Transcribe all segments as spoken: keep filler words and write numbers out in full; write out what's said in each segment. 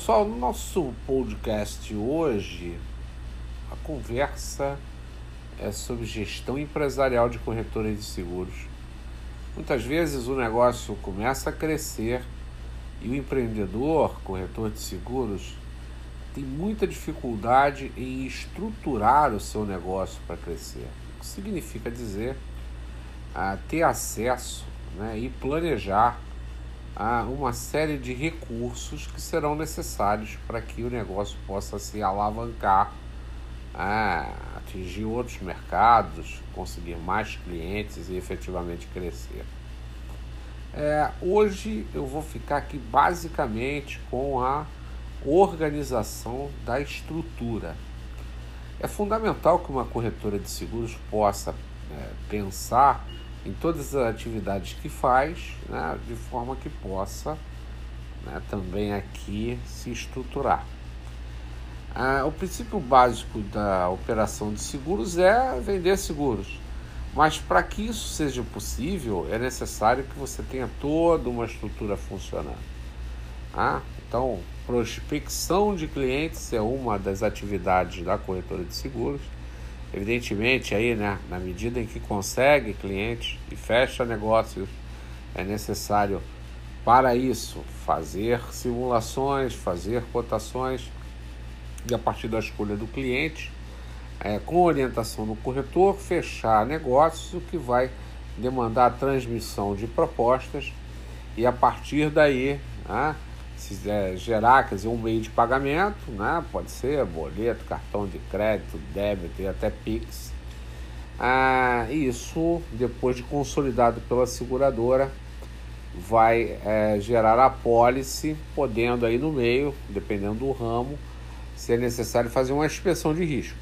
Pessoal, no nosso podcast hoje, a conversa é sobre gestão empresarial de corretoras de seguros. Muitas vezes o negócio começa a crescer e o empreendedor, corretor de seguros, tem muita dificuldade em estruturar o seu negócio para crescer. O que significa dizer a ter acesso, né, e planejar a uma série de recursos que serão necessários para que o negócio possa se alavancar, a atingir outros mercados, conseguir mais clientes e efetivamente crescer. É, hoje eu vou ficar aqui basicamente com a organização da estrutura. É fundamental que uma corretora de seguros possa é, pensar em todas as atividades que faz, né, de forma que possa, né, também aqui se estruturar. Ah, o princípio básico da operação de seguros é vender seguros, mas para que isso seja possível é necessário que você tenha toda uma estrutura funcionando. Ah, então, prospecção de clientes é uma das atividades da corretora de seguros. Evidentemente, aí, né, na medida em que consegue clientes e fecha negócios, é necessário, para isso, fazer simulações, fazer cotações, e a partir da escolha do cliente, é, com orientação do corretor, fechar negócios, o que vai demandar a transmissão de propostas, e a partir daí, né, se é, gerar, quer dizer, um meio de pagamento, né? Pode ser boleto, cartão de crédito, débito e até Pix. Ah, isso, depois de consolidado pela seguradora, vai é, gerar a apólice, podendo aí no meio, dependendo do ramo, se é necessário fazer uma inspeção de risco.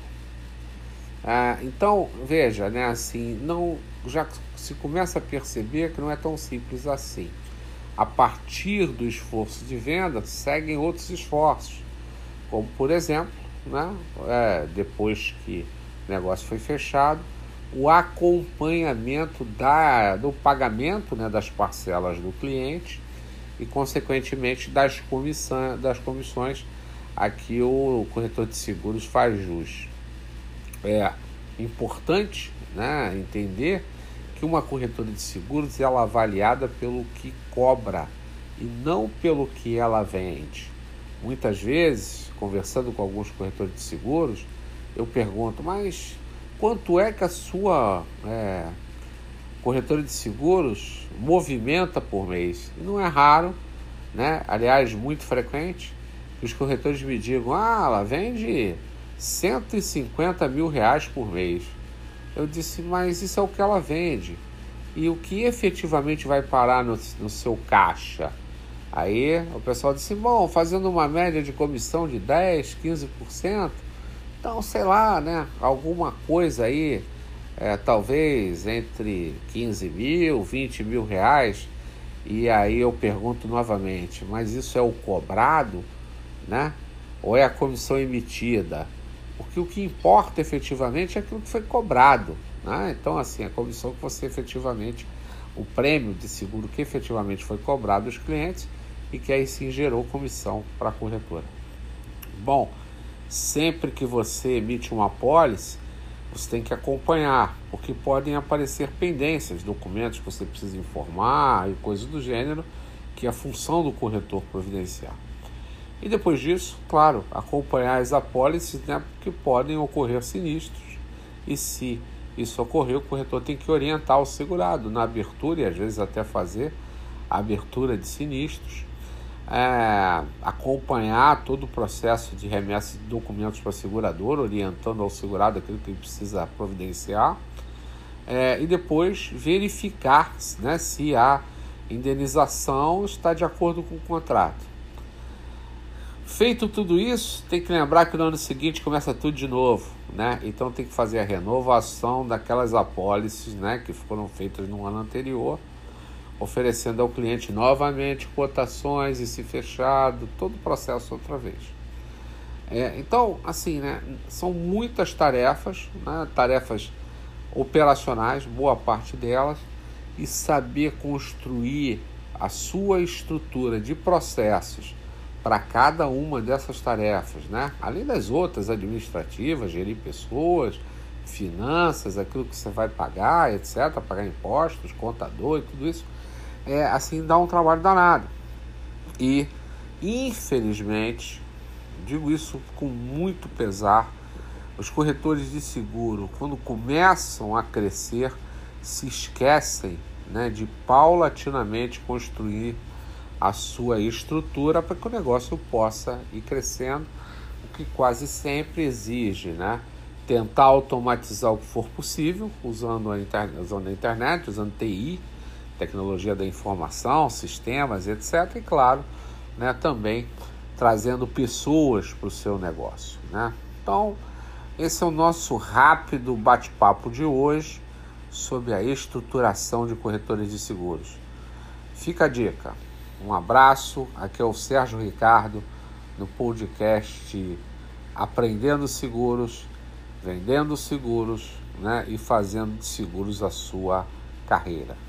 Ah, então, veja, né, assim, não, já se começa a perceber que não é tão simples assim. A partir do esforço de venda, seguem outros esforços, como, por exemplo, né, é, depois que o negócio foi fechado, o acompanhamento da, do pagamento, né, das parcelas do cliente e, consequentemente, das, comissão, das comissões a que o corretor de seguros faz jus. É importante, né, entender que uma corretora de seguros ela é avaliada pelo que cobra e não pelo que ela vende. Muitas vezes, conversando com alguns corretores de seguros, eu pergunto, mas quanto é que a sua é, corretora de seguros movimenta por mês? E não é raro, né? Aliás, muito frequente, que os corretores me digam, ah, ela vende cento e cinquenta mil reais por mês. Eu disse, mas isso é o que ela vende. E o que efetivamente vai parar no, no seu caixa? Aí o pessoal disse, bom, fazendo uma média de comissão de dez, quinze por cento, então, sei lá, né, alguma coisa aí, é, talvez entre quinze mil, vinte mil reais. E aí eu pergunto novamente, mas isso é o cobrado, né? Ou é a comissão emitida? Porque o que importa efetivamente é aquilo que foi cobrado, né? Então, assim, a comissão que você efetivamente, o prêmio de seguro que efetivamente foi cobrado dos clientes e que aí sim gerou comissão para a corretora. Bom, sempre que você emite uma apólice, você tem que acompanhar, porque podem aparecer pendências, documentos que você precisa informar e coisas do gênero, que é a função do corretor providenciar. E depois disso, claro, acompanhar as apólices, né, porque podem ocorrer sinistros. E se isso ocorrer, o corretor tem que orientar o segurado na abertura e às vezes até fazer a abertura de sinistros, é, acompanhar todo o processo de remessa de documentos para a seguradora, orientando ao segurado aquilo que ele precisa providenciar, é, e depois verificar, né, se a indenização está de acordo com o contrato. Feito tudo isso, tem que lembrar que no ano seguinte começa tudo de novo, né? Então tem que fazer a renovação daquelas apólices, né, que foram feitas no ano anterior, oferecendo ao cliente novamente cotações e se fechado, todo o processo outra vez. É, então, assim, né, são muitas tarefas, né, tarefas operacionais, boa parte delas, e saber construir a sua estrutura de processos para cada uma dessas tarefas, né? Além das outras administrativas, gerir pessoas, finanças, aquilo que você vai pagar, etcétera, pagar impostos, contador e tudo isso, é, assim, dá um trabalho danado. E, infelizmente, digo isso com muito pesar, os corretores de seguro, quando começam a crescer, se esquecem, né, de paulatinamente construir a sua estrutura para que o negócio possa ir crescendo, o que quase sempre exige, né, tentar automatizar o que for possível, usando a internet, usando a internet, usando T I, tecnologia da informação, sistemas, etcétera. E claro, né, também trazendo pessoas para o seu negócio, né? Então, esse é o nosso rápido bate-papo de hoje sobre a estruturação de corretores de seguros. Fica a dica. Um abraço. Aqui é o Sérgio Ricardo no podcast Aprendendo Seguros, Vendendo Seguros, né, e fazendo de seguros a sua carreira.